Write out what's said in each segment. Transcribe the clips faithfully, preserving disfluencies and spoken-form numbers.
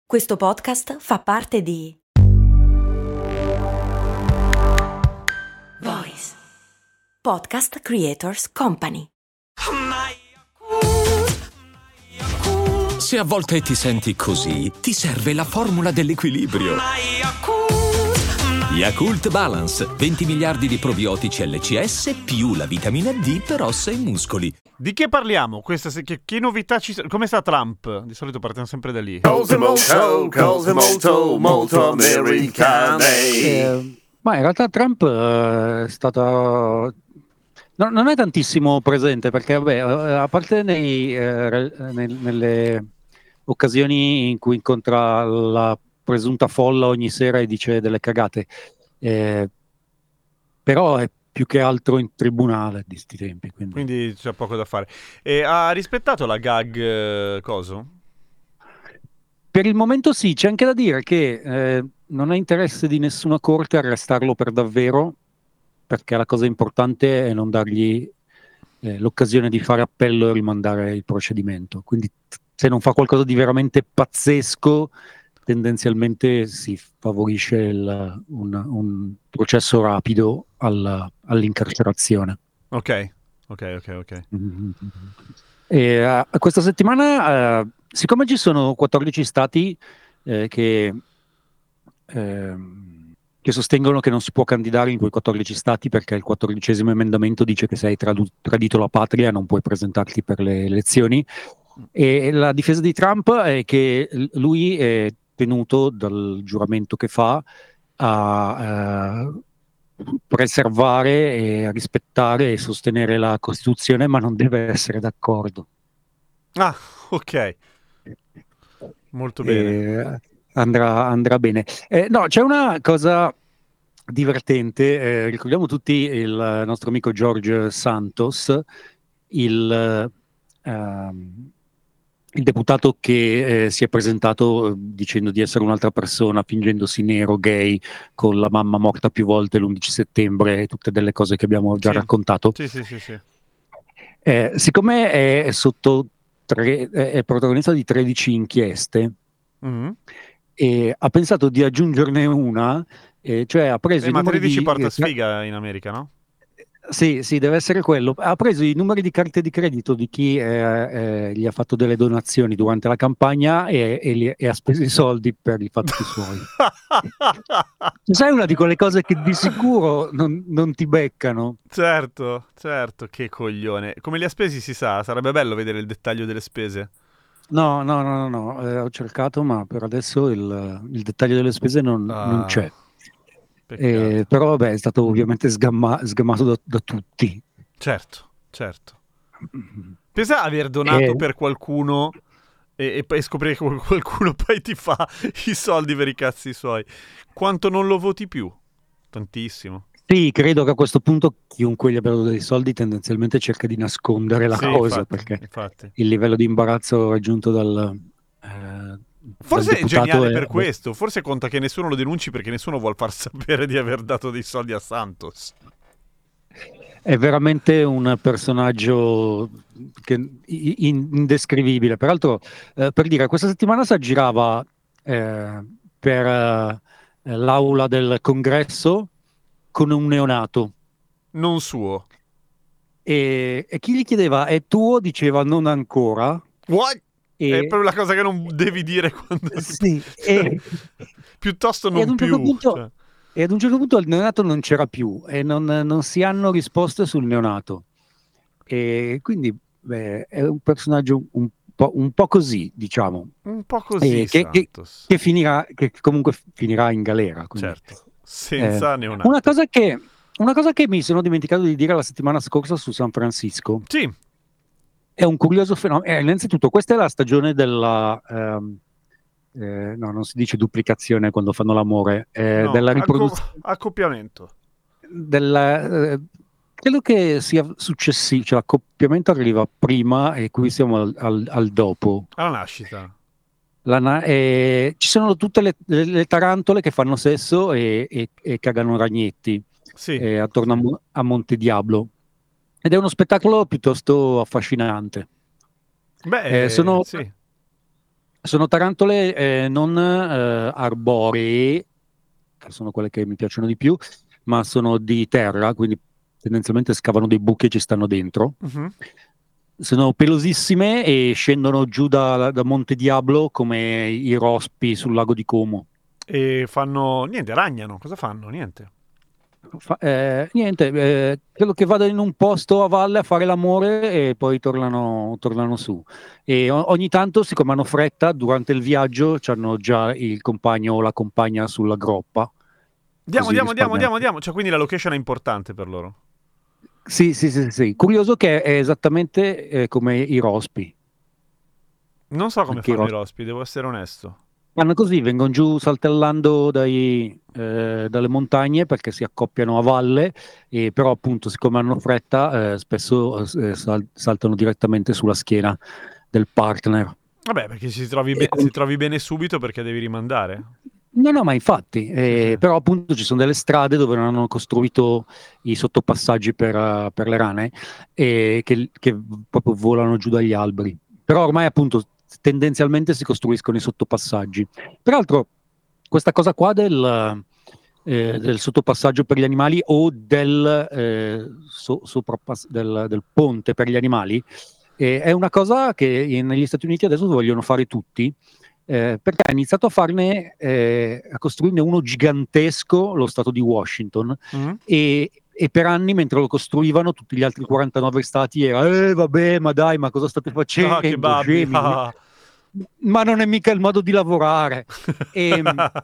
Questo podcast fa parte di Voice Podcast Creators Company. Se a volte ti senti così, ti serve la formula dell'equilibrio. Yakult Balance, venti miliardi di probiotici L C S più la vitamina D per ossa e muscoli. Di che parliamo? Questa, se- che, che novità ci sono? Come sta Trump? Di solito partiamo sempre da lì. Cose molto, cose molto, molto americane. Eh, ma in realtà Trump eh, è stato no- non è tantissimo presente perché vabbè, eh, a parte nei, eh, re- nel- nelle occasioni in cui incontra la presunta folla ogni sera e dice delle cagate, eh, però è più che altro in tribunale di sti tempi, quindi. Quindi c'è poco da fare. E ha rispettato la gag eh, coso? Per il momento sì, c'è anche da dire che eh, non è interesse di nessuna corte arrestarlo per davvero, perché la cosa importante è non dargli eh, l'occasione di fare appello e rimandare il procedimento. Quindi t- se non fa qualcosa di veramente pazzesco, tendenzialmente si favorisce il- un, un processo rapido alla- all'incarcerazione. Ok, ok, ok, ok. E, eh, questa settimana, eh, siccome ci sono quattordici stati eh, che, ehm, che sostengono che non si può candidare in quei quattordici stati perché il quattordicesimo emendamento dice che se hai tradu- tradito la patria non puoi presentarti per le elezioni, e la difesa di Trump è che l- lui è tenuto dal giuramento che fa a eh, preservare e a rispettare e sostenere la Costituzione, ma non deve essere d'accordo. Ah, ok. Molto bene. Eh, andrà, andrà bene. Eh, no, c'è una cosa divertente. Eh, ricordiamo tutti il nostro amico George Santos, il, ehm, il deputato che eh, si è presentato eh, dicendo di essere un'altra persona, fingendosi nero, gay, con la mamma morta più volte l'undici settembre, e tutte delle cose che abbiamo già Sì. raccontato. Sì, sì, sì, sì. Eh, siccome è sotto tre, è protagonista di tredici inchieste, Mhm. e ha pensato di aggiungerne una, eh, cioè ha preso Eh, i ma numeri tredici di... porta eh, sfiga in America, no? Sì, sì, deve essere quello. Ha preso i numeri di carte di credito di chi eh, eh, gli ha fatto delle donazioni durante la campagna e, e li- e ha speso i soldi per i fatti suoi. Sai, una di quelle cose che di sicuro non, non ti beccano. Certo, certo, che coglione. Come li ha spesi si sa, sarebbe bello vedere il dettaglio delle spese. No, no, no, no, no, eh, ho cercato, ma per adesso il, il dettaglio delle spese non, non Ah, c'è. peccato. Eh, però vabbè, è stato ovviamente sgamma- sgamato da, da tutti. Certo, certo. Pensa aver donato Eh, per qualcuno e, e poi scoprire che quel- qualcuno poi ti fa i soldi per i cazzi suoi. Quanto non lo voti più? Tantissimo. Sì, credo che a questo punto chiunque gli abbia dato dei soldi tendenzialmente cerca di nascondere la Sì, cosa, infatti, perché infatti. il livello di imbarazzo raggiunto dal, eh, dal Forse è deputato geniale è, per questo. Forse conta che nessuno lo denunci perché nessuno vuol far sapere di aver dato dei soldi a Santos. è veramente un personaggio che- i- in- indescrivibile. Peraltro, eh, per dire, questa settimana si aggirava eh, per eh, l'aula del congresso con un neonato. Non suo. E, e chi gli chiedeva è tuo diceva non ancora. What? È E, proprio la cosa che non devi dire quando... sì, e, Piuttosto e ad non un certo più. punto, Cioè. e ad un certo punto il neonato non c'era più e non, non si hanno risposte sul neonato. E quindi beh, è un personaggio un po', un po' così, diciamo, Un po' così, e che, che- Santos. che finirà, che comunque finirà in galera. Quindi, Certo. Senza eh, neonato. una cosa che, una cosa che mi sono dimenticato di dire la settimana scorsa su San Francisco. Sì. È un curioso fenomeno. Eh, innanzitutto, questa è la stagione della... ehm, eh, no, non si dice duplicazione quando fanno l'amore, eh, No, della acco- riproduzione... accoppiamento. Della, eh, credo che sia successivo, cioè l'accoppiamento arriva prima e qui siamo al, al- al dopo. Alla nascita. La na- eh, ci sono tutte le, le- le tarantole che fanno sesso e, e- e cagano ragnetti Sì. eh, attorno a, Mo- a Monte Diablo. Ed è uno spettacolo piuttosto affascinante. Beh, Eh, sono, sì. Sono tarantole eh, non eh, arboree, che sono quelle che mi piacciono di più, ma sono di terra, quindi tendenzialmente scavano dei buchi e ci stanno dentro. Mhm. Sono pelosissime e scendono giù da, da Monte Diablo come i rospi sul lago di Como. E fanno niente, ragnano. Cosa fanno? Niente. Fa- eh, niente, eh, credo che vadano in un posto a valle a fare l'amore e poi tornano, tornano su. E o- ogni tanto, siccome hanno fretta, durante il viaggio hanno già il compagno o la compagna sulla groppa. Diamo, Così diamo, diamo, risparmiano. diamo, diamo. Cioè, quindi la location è importante per loro. Sì, sì, sì, sì. Curioso che è esattamente eh, come i rospi. Non so come Anche i fanno i rospi rospi, devo essere onesto. fanno così, vengono giù saltellando dai, eh, dalle montagne perché si accoppiano a valle, e però appunto siccome hanno fretta, eh, spesso eh, sal- saltano direttamente sulla schiena del partner. Vabbè, perché si trovi, E be- con- si trovi bene subito perché devi rimandare. No, no, ma infatti, Sì, eh, sì. però appunto ci sono delle strade dove non hanno costruito i sottopassaggi per, eh, per le rane e che, che proprio volano giù dagli alberi. Però ormai appunto tendenzialmente si costruiscono i sottopassaggi. Peraltro, questa cosa qua del, eh, del sottopassaggio per gli animali o del, eh, so- soprapass- del, del ponte per gli animali eh, è una cosa che in- negli Stati Uniti adesso vogliono fare tutti, eh, perché ha iniziato a farne, eh, a costruirne uno gigantesco, lo stato di Washington, Mhm. e, e per anni mentre lo costruivano tutti gli altri quarantanove stati era, eh vabbè, ma dai, ma cosa state Ah, che facendo, babbi. scemi? Ah. Ma non è mica il modo di lavorare. E,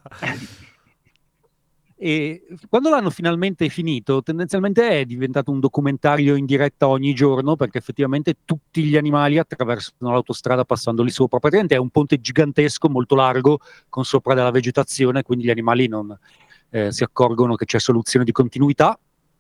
e quando l'hanno finalmente finito, tendenzialmente è diventato un documentario in diretta ogni giorno, perché effettivamente tutti gli animali attraversano l'autostrada passando lì sopra. Praticamente è un ponte gigantesco, molto largo, con sopra della vegetazione, quindi gli animali non eh, si accorgono che c'è soluzione di continuità.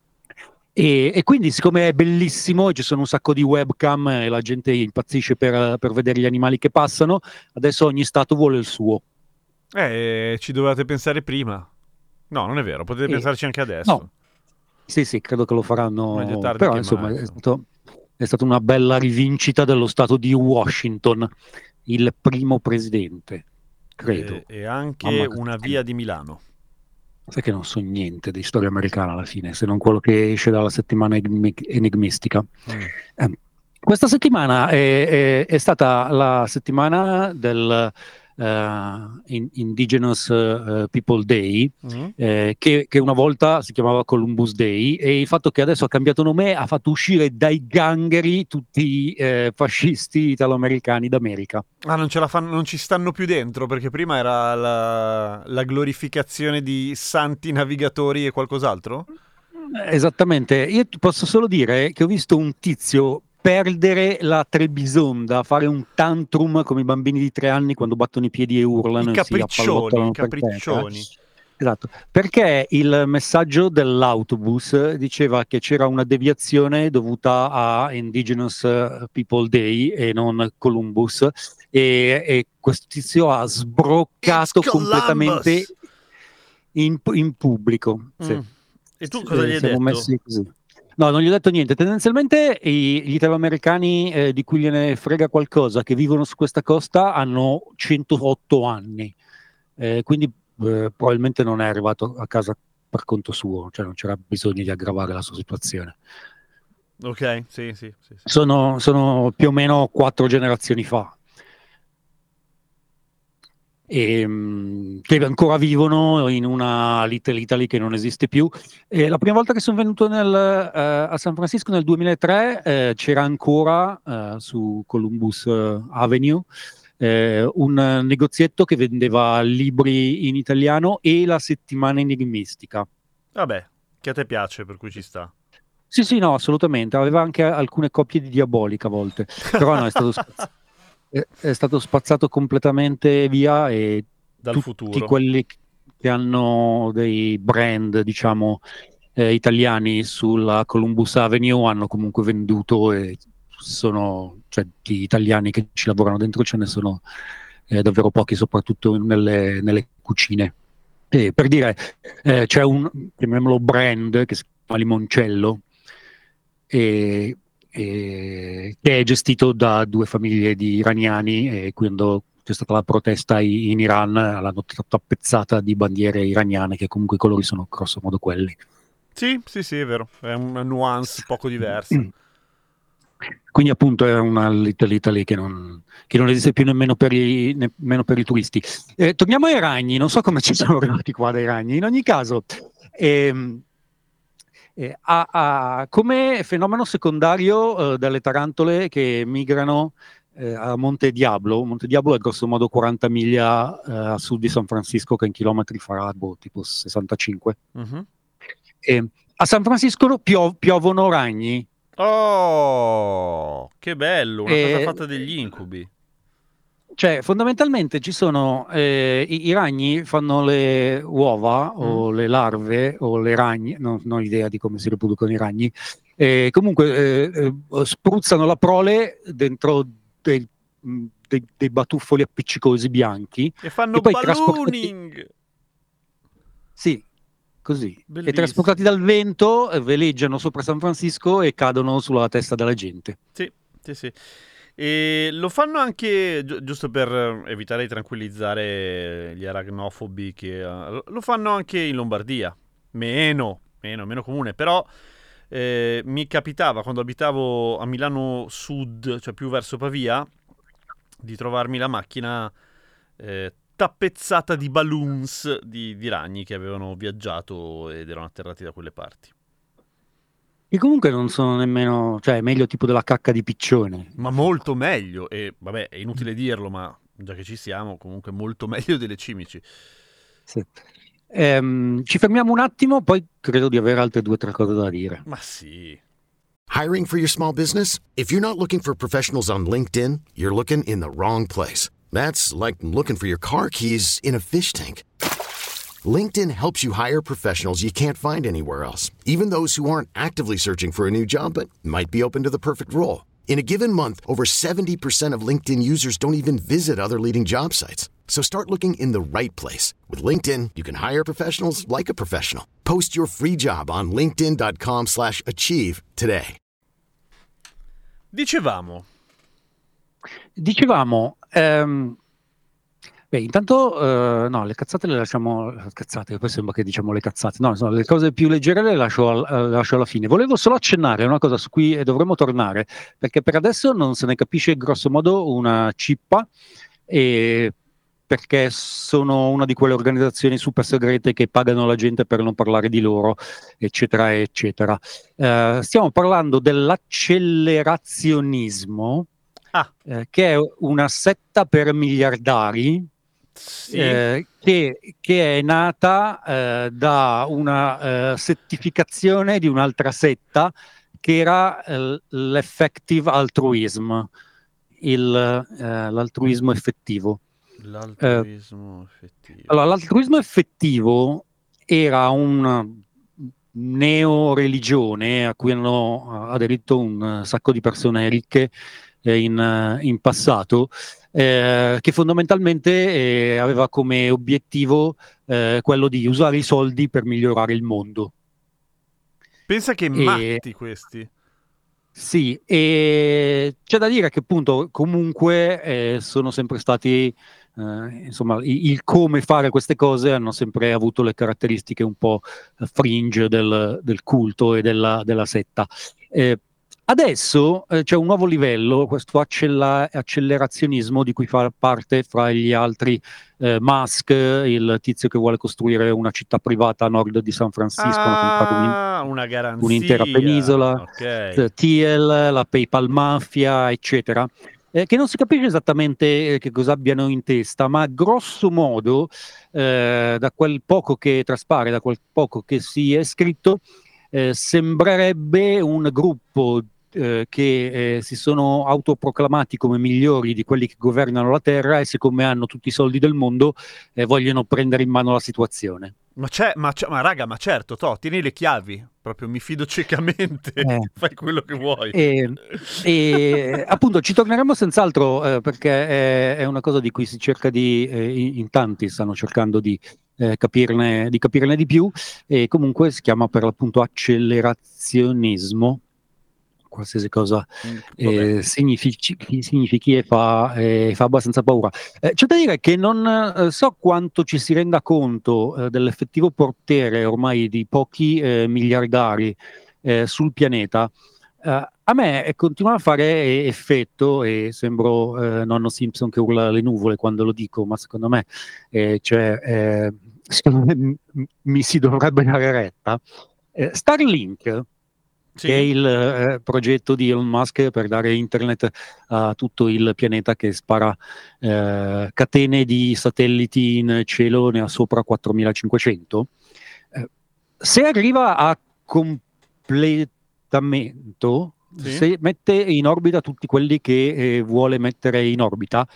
E, e quindi, siccome è bellissimo e ci sono un sacco di webcam e la gente impazzisce per, per vedere gli animali che passano, adesso ogni stato vuole il suo. Eh, ci dovevate pensare prima. No, non è vero, potete E, pensarci anche no, adesso. sì, sì, credo che lo Meglio faranno, tardi però che insomma mai, è insomma. stato, è stata una bella rivincita dello stato di Washington, il primo presidente, E, credo. e anche Mamma, una via di Milano. sai che non so niente di storia americana alla fine, se non quello che esce dalla settimana enigmi- enigmistica. Mm. Eh, questa settimana è, è- è stata la settimana del eh, In- Indigenous eh, People Day, Mm. eh, che, che una volta si chiamava Columbus Day, e il fatto che adesso ha cambiato nome ha fatto uscire dai gangheri tutti i eh, fascisti italo-americani d'America. Ah, non ce la fanno, non ci stanno più dentro, perché prima era la, la glorificazione di santi navigatori e qualcos'altro? Esattamente, io ti posso solo dire che ho visto un tizio perdere la Trebisonda, fare un tantrum come i bambini di tre anni quando battono i piedi e I urlano e si capriccioni, i appallottolano per terra. capriccioni. Esatto, perché il messaggio dell'autobus diceva che c'era una deviazione dovuta a Indigenous eh, People Day e non Columbus, e, e questo tizio ha It's sbroccato completamente Columbus! in, in pubblico. Sì. Mm. E tu cosa Eh, gli hai siamo detto? messi così. No, non gli ho detto niente. Tendenzialmente i- gli italoamericani eh, di cui gliene frega qualcosa, che vivono su questa costa, hanno centootto anni. Eh, quindi eh, probabilmente non è arrivato a casa per conto suo, cioè non c'era bisogno di aggravare la sua situazione. Ok, sì, sì, sì, sì. Sono, sono più o meno quattro generazioni fa. E, mh, che ancora vivono in una Little Italy che non esiste più. E la prima volta che sono venuto nel, eh, a San Francisco nel duemilatré eh, c'era ancora eh, su Columbus eh, Avenue eh, un negozietto che vendeva libri in italiano e la settimana enigmistica. Vabbè, che a te piace, per cui ci sta. Sì, sì, no, assolutamente. Aveva anche alcune copie di Diabolica a volte, però no, è stato spazzato, è, è stato spazzato completamente via, e Dal tutti futuro. quelli che hanno dei brand, diciamo, eh, italiani sulla Columbus Avenue hanno comunque venduto, e sono, cioè, gli italiani che ci lavorano dentro ce ne sono eh, davvero pochi, soprattutto nelle, nelle cucine. E per dire, eh, c'è un, chiamiamolo brand, che si chiama Limoncello, e, e- che è gestito da due famiglie di iraniani, e quando c'è stata la protesta in Iran, l'hanno tappezzata di bandiere iraniane, che comunque i colori sono grosso modo quelli. Sì, sì, sì, è vero, è una nuance poco diversa. Quindi appunto è una Little Italy che non, che non esiste più nemmeno per i, nemmeno per i turisti. Eh, torniamo ai ragni, non so come ci sono arrivati qua dai ragni, in ogni caso ehm, eh, a, a, come fenomeno secondario eh, dalle tarantole che migrano eh, a Monte Diablo. Monte Diablo è grosso modo quaranta miglia eh, a sud di San Francisco, che in chilometri farà boh, tipo sessantacinque. Mm-hmm. E a San Francisco pio- piovono ragni. Oh, che bello, una E, cosa fatta degli incubi. Cioè, fondamentalmente ci sono eh, i, i ragni fanno le uova o Mm. le larve o le ragne, non, non ho idea di come si riproducono i ragni. E comunque eh, eh, spruzzano la prole dentro dei, mh, dei, dei batuffoli appiccicosi bianchi E fanno che poi trasportati, ballooning. sì, così, e Bellissimo. trasportati dal vento eh, veleggiano sopra San Francisco e cadono sulla testa della gente. Sì, sì, sì. E lo fanno anche, gi- giusto per evitare di tranquillizzare gli arachnofobi, che eh, lo fanno anche in Lombardia. Meno, meno, meno comune. Però eh, mi capitava, quando abitavo a Milano Sud, cioè più verso Pavia, di trovarmi la macchina eh, tappezzata di balloons di, di ragni che avevano viaggiato ed erano atterrati da quelle parti. E comunque non sono nemmeno, cioè è meglio tipo della cacca di piccione. Ma molto meglio, e vabbè, è inutile dirlo, ma già che ci siamo, comunque molto meglio delle cimici. Sì. Ehm, ci fermiamo un attimo, poi credo di avere altre due o tre cose da dire. Ma sì. Hiring for your small business? If you're not looking for professionals on LinkedIn, you're looking in the wrong place. That's like looking for your car keys in a fish tank. LinkedIn helps you hire professionals you can't find anywhere else, even those who aren't actively searching for a new job but might be open to the perfect role. In a given month, over seventy percent of LinkedIn users don't even visit other leading job sites. So start looking in the right place. With LinkedIn, you can hire professionals like a professional. Post your free job on linkedin.com slash achieve today. Dicevamo. Dicevamo, ehm, beh, intanto, eh, no, le cazzate le lasciamo, cazzate, poi sembra che diciamo le cazzate, no, insomma, le cose più leggere le lascio, al- eh, le lascio alla fine. Volevo solo accennare a una cosa su cui dovremmo tornare, perché per adesso non se ne capisce grosso modo una cippa, e perché sono una di quelle organizzazioni super segrete che pagano la gente per non parlare di loro, eccetera, eccetera. Eh, stiamo parlando dell'accelerazionismo, Ah, eh, che è una setta per miliardari, sì. eh, che, che è nata eh, da una eh, settificazione di un'altra setta che era eh, l'effective altruism, il, eh, l'altruismo effettivo. L'altruismo effettivo. Allora, l'altruismo effettivo era un neo-religione a cui hanno aderito un sacco di persone ricche eh, in, in passato, eh, che fondamentalmente eh, aveva come obiettivo eh, quello di usare i soldi per migliorare il mondo. Pensa che E- matti questi. Sì, e c'è da dire che appunto comunque eh, sono sempre stati, eh, insomma, i- il come fare queste cose hanno sempre avuto le caratteristiche un po' fringe del, del culto e della, della setta. Eh, adesso eh, c'è un nuovo livello, questo accella- accelerazionismo di cui fa parte fra gli altri eh, Musk, il tizio che vuole costruire una città privata a nord di San Francisco, hanno comprato un- Ah, una garanzia. un'intera penisola, Ok. T L, la PayPal Mafia, eccetera, eh, che non si capisce esattamente eh, che cosa abbiano in testa, ma grosso modo, eh, da quel poco che traspare, da quel poco che si è scritto, eh, sembrerebbe un gruppo eh, che eh, si sono autoproclamati come migliori di quelli che governano la Terra, e siccome hanno tutti i soldi del mondo eh, vogliono prendere in mano la situazione. Ma c'è, ma, c'è, ma raga, ma certo, to, tieni le chiavi. Proprio mi fido ciecamente. Eh. Fai quello che vuoi. E, e appunto ci torneremo senz'altro eh, perché è, è una cosa di cui si cerca di, eh, in, in tanti stanno cercando di, eh, capirne, di capirne di più, e comunque si chiama per l'appunto accelerazionismo qualsiasi cosa Mm, eh, vabbè. significi, significhi e fa, eh, fa abbastanza paura. Eh, c'è da dire che non eh, so quanto ci si renda conto eh, dell'effettivo potere ormai di pochi eh, miliardari eh, sul pianeta. Eh, a me eh, continua a fare effetto, e sembro eh, nonno Simpson che urla alle nuvole quando lo dico, ma secondo me, eh, cioè, eh, secondo me m- mi si dovrebbe dare retta. Eh, Starlink, Sì? che è il eh, progetto di Elon Musk per dare internet a tutto il pianeta, che spara eh, catene di satelliti in cielo, ne ha sopra quattromilacinquecento. Eh, se arriva a completamento, Sì? se mette in orbita tutti quelli che eh, vuole mettere in orbita,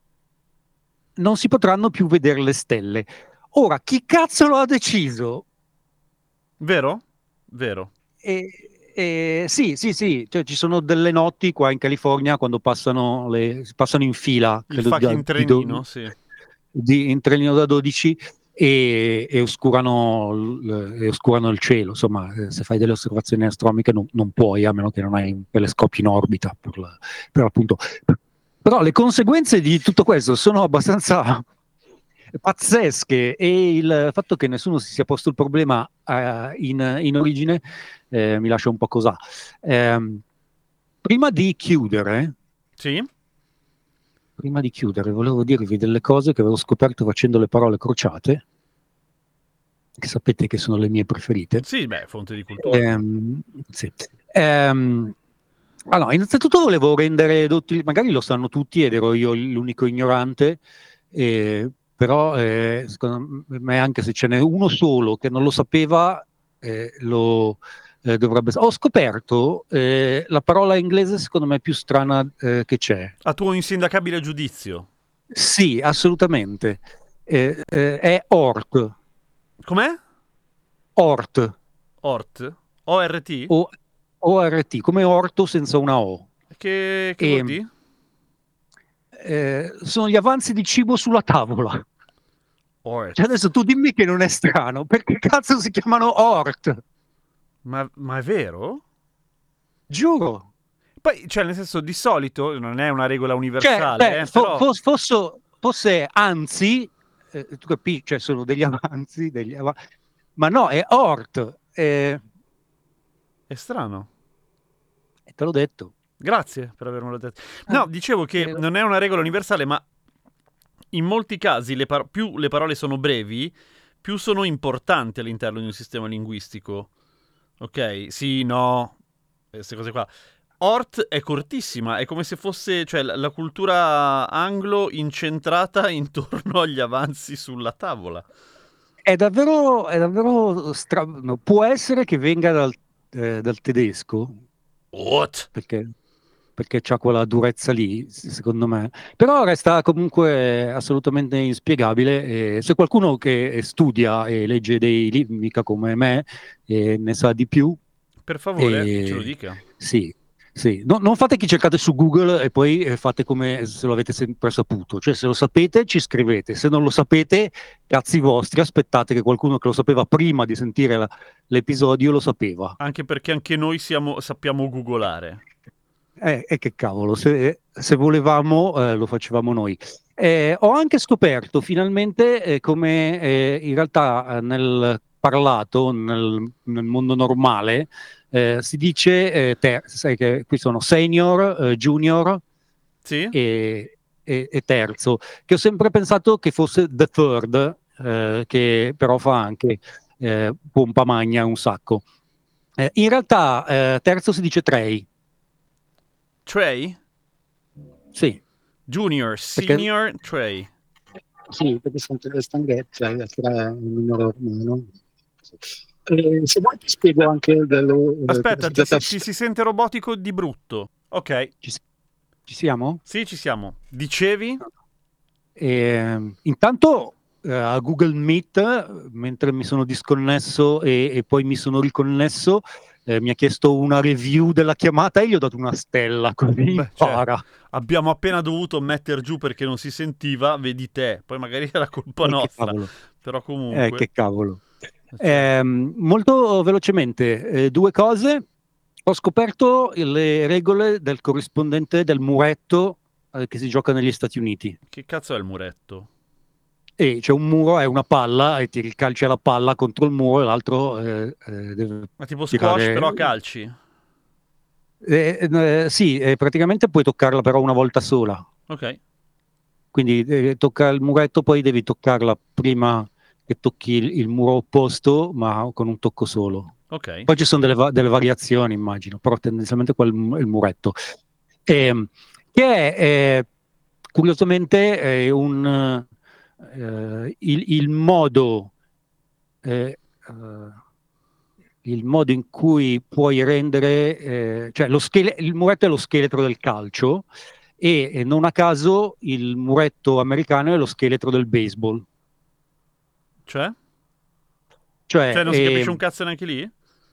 non si potranno più vedere le stelle. Ora, chi cazzo lo ha deciso? Vero? Vero. E, e- sì, sì, sì, cioè, ci sono delle notti qua in California quando passano, le, passano in fila, Il credo da- fucking di do- trenino, sì. di- in trenino da dodici e, e oscurano, l- e oscurano il cielo. Insomma, eh, se fai delle osservazioni astronomiche non, non puoi, a meno che non hai un telescopio in orbita, per, la- per l'appunto. Però le conseguenze di tutto questo sono abbastanza pazzesche, e il fatto che nessuno si sia posto il problema eh, in, in origine eh, mi lascia un po' cosà. Ehm, prima di chiudere, Sì? prima di chiudere, volevo dirvi delle cose che avevo scoperto facendo le parole crociate, che sapete che sono le mie preferite. Sì, beh, fonte di cultura. Ehm, sì. Ehm, allora, innanzitutto volevo rendere dotti, magari lo sanno tutti ed ero io l'unico ignorante, eh, però eh, secondo me, anche se ce n'è uno solo che non lo sapeva, eh, lo eh, dovrebbe. Ho scoperto eh, la parola inglese secondo me più strana eh, che c'è. A tuo insindacabile giudizio. Sì, assolutamente. Eh, eh, è ort. Com'è? Ort. Ort? O R T? O- O-R-T, come orto senza una O. Che, che vuol E, dire? eh, sono gli avanzi di cibo sulla tavola. Ort. Cioè adesso tu dimmi che non è strano, perché cazzo si chiamano ort? Ma, ma è vero? Giuro. Poi, cioè, nel senso, di solito non è una regola Cioè, universale, beh, eh, fo- però fos- fosso- fosse anzi, eh, tu capisci, cioè sono degli avanzi, degli av- ma no, è ort. eh, è strano. e te l'ho detto. Grazie per avermelo detto. Ah, No, dicevo che eh, non è una regola universale, ma in molti casi le par- più le parole sono brevi, più sono importanti all'interno di un sistema linguistico. Ok? Sì, no, queste cose qua. Ort è cortissima, è come se fosse, cioè, la, la cultura anglo incentrata intorno agli avanzi sulla tavola. È davvero, è davvero strano. Può essere che venga dal, eh, dal tedesco, What? perché, perché c'ha quella durezza lì, s- secondo me. Però resta comunque assolutamente inspiegabile. E se qualcuno che studia e legge dei libri, mica come me, e ne sa di più, Per favore, ce lo e dica. sì, sì. No- non fate che cercate su Google e poi eh, fate come se lo avete sempre saputo. Cioè, se lo sapete, ci scrivete. Se non lo sapete, cazzi vostri, aspettate che qualcuno che lo sapeva prima di sentire la- l'episodio lo sapeva. Anche perché anche noi siamo, sappiamo googolare. Eh, e che cavolo, se, se volevamo eh, lo facevamo noi. Eh, ho anche scoperto finalmente eh, come eh, in realtà eh, nel parlato, nel, nel mondo normale, eh, si dice, eh, ter- sai che qui sono senior, eh, junior Sì? e, e- e terzo, che ho sempre pensato che fosse the third, eh, che però fa anche eh, pompa magna un sacco. Eh, in realtà eh, terzo si dice trei, Trey? sì. Junior, Perché, senior, Trey. sì, perché sono tre stanghezze, eh, tre un numero romano. Eh, se vuoi ti spiego anche dello, eh, Aspetta, ti, cosiddetta- si- ti si sente robotico di brutto. Ok, Ci, ci siamo? sì, ci siamo. Dicevi? Eh, intanto eh, a Google Meet, mentre mi sono disconnesso e, e poi mi sono riconnesso, eh, mi ha chiesto una review della chiamata e gli ho dato una stella, così Beh, cioè, impara. abbiamo appena dovuto metter giù perché non si sentiva, vedi te. Poi magari era colpa Eh, che nostra. cavolo. Però Eh, comunque... che cavolo. Cioè, Ehm, molto velocemente, eh, due cose. Ho scoperto le regole del corrispondente del muretto eh, che si gioca negli Stati Uniti. Che cazzo è il muretto? E c'è un muro, è una palla, e ti calci la palla contro il muro e l'altro eh, eh, deve Ma tipo tirare... squash però a calci? Eh, eh, sì, eh, praticamente puoi toccarla però una volta sola. Ok. Quindi eh, tocca il muretto, poi devi toccarla prima che tocchi il, il muro opposto, ma con un tocco solo. Ok. Poi ci sono delle, va- delle variazioni, immagino, però tendenzialmente quel è il muretto. Ehm, che è eh, curiosamente è un, eh, il, il modo eh, eh, il modo in cui puoi rendere, eh, cioè lo schele- il muretto è lo scheletro del calcio e, e non a caso il muretto americano è lo scheletro del baseball. Cioè? Cioè, Cioè non si capisce eh, un cazzo neanche lì?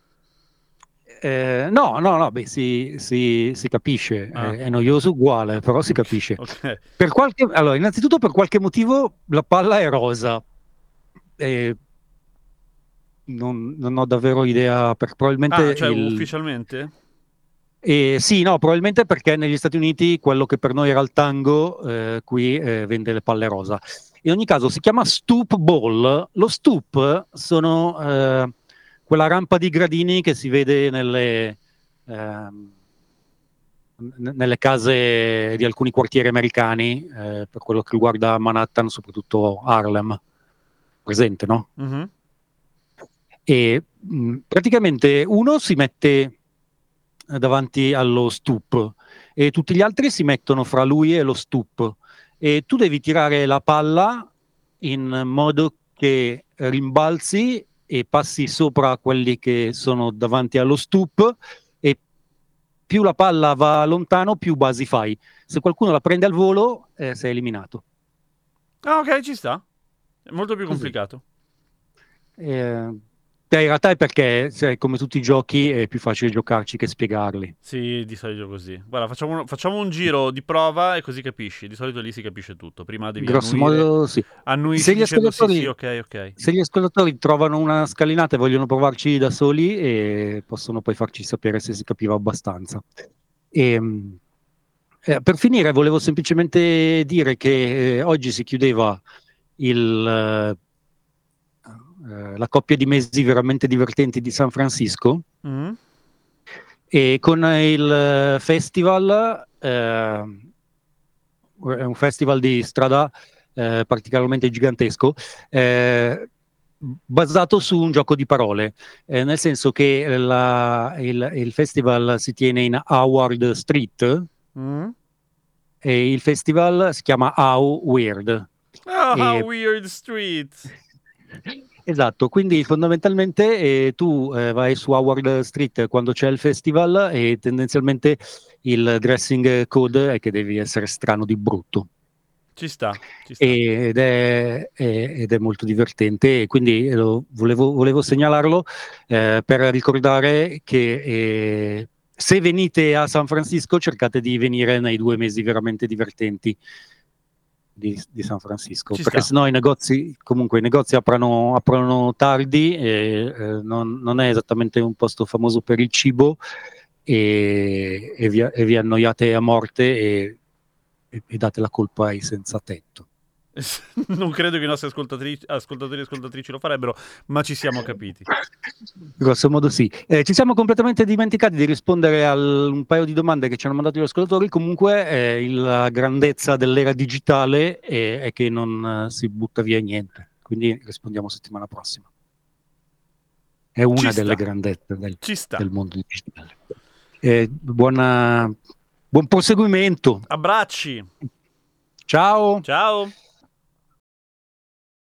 eh, no, no, no, beh, si, si- si capisce, Ah, è, è ok. noioso uguale, però si capisce. Ok. Per qualche, allora, innanzitutto per qualche motivo la palla è rosa. Eh, non, non ho davvero idea, perché probabilmente Ah, cioè il... ufficialmente? Eh, sì, no, probabilmente perché negli Stati Uniti quello che per noi era il tango, eh, qui eh, vende le palle rosa. In ogni caso si chiama stoop ball. Lo stoop sono eh, quella rampa di gradini che si vede nelle, ehm, n- nelle case di alcuni quartieri americani, eh, per quello che riguarda Manhattan, soprattutto Harlem. Presente, no? Mhm. E mh, praticamente uno si mette davanti allo stoop e tutti gli altri si mettono fra lui e lo stoop e tu devi tirare la palla in modo che rimbalzi e passi sopra quelli che sono davanti allo stoop e più la palla va lontano più basi fai. Se qualcuno la prende al volo eh, sei eliminato. Ah, ok, ci sta. È molto più Così. complicato. Eh, in realtà è perché cioè, come tutti i giochi è più facile giocarci che spiegarli. Sì, di solito così. Guarda, facciamo, uno- facciamo un giro di prova e così capisci. Di solito lì si capisce tutto. Prima devi Grosso annuire. modo sì. Annuisci Se gli dicendo sì, sì, ascoltatori, ok, ok. se gli ascoltatori trovano una scalinata e vogliono provarci da soli, e possono poi farci sapere se si capiva abbastanza. E, mh, eh, per finire, volevo semplicemente dire che eh, oggi si chiudeva il, eh, la coppia di mesi veramente divertenti di San Francisco. Mm? E con il festival, eh, è un festival di strada eh, particolarmente gigantesco, eh, basato su un gioco di parole, eh, nel senso che la- il, il festival si tiene in Howard Street Mm? e il festival si chiama How Weird. Oh, how E- weird street. Esatto, quindi fondamentalmente eh, tu eh, vai su Howard Street quando c'è il festival e tendenzialmente il dressing code è che devi essere strano di brutto. Ci sta, ci sta. E- ed, è, è- ed è molto divertente e quindi eh, lo- volevo, volevo segnalarlo eh, per ricordare che eh, se venite a San Francisco cercate di venire nei due mesi veramente divertenti di, di San Francisco, Ci perché sta. sennò i negozi, comunque i negozi aprono, aprono tardi e eh, non, non è esattamente un posto famoso per il cibo e, e vi, e vi annoiate a morte e, e- e date la colpa ai senza tetto. Non credo che i nostri ascoltatrici, ascoltatori e ascoltatrici lo farebbero, ma ci siamo capiti. Grosso modo sì. Eh, ci siamo completamente dimenticati di rispondere a un paio di domande che ci hanno mandato gli ascoltatori. Comunque eh, il- la grandezza dell'era digitale è, è che non eh, si butta via niente. Quindi rispondiamo settimana prossima. È una Ci delle sta. grandezze del, Ci sta. del mondo digitale. Eh, buona- buon proseguimento. Abbracci. Ciao. Ciao.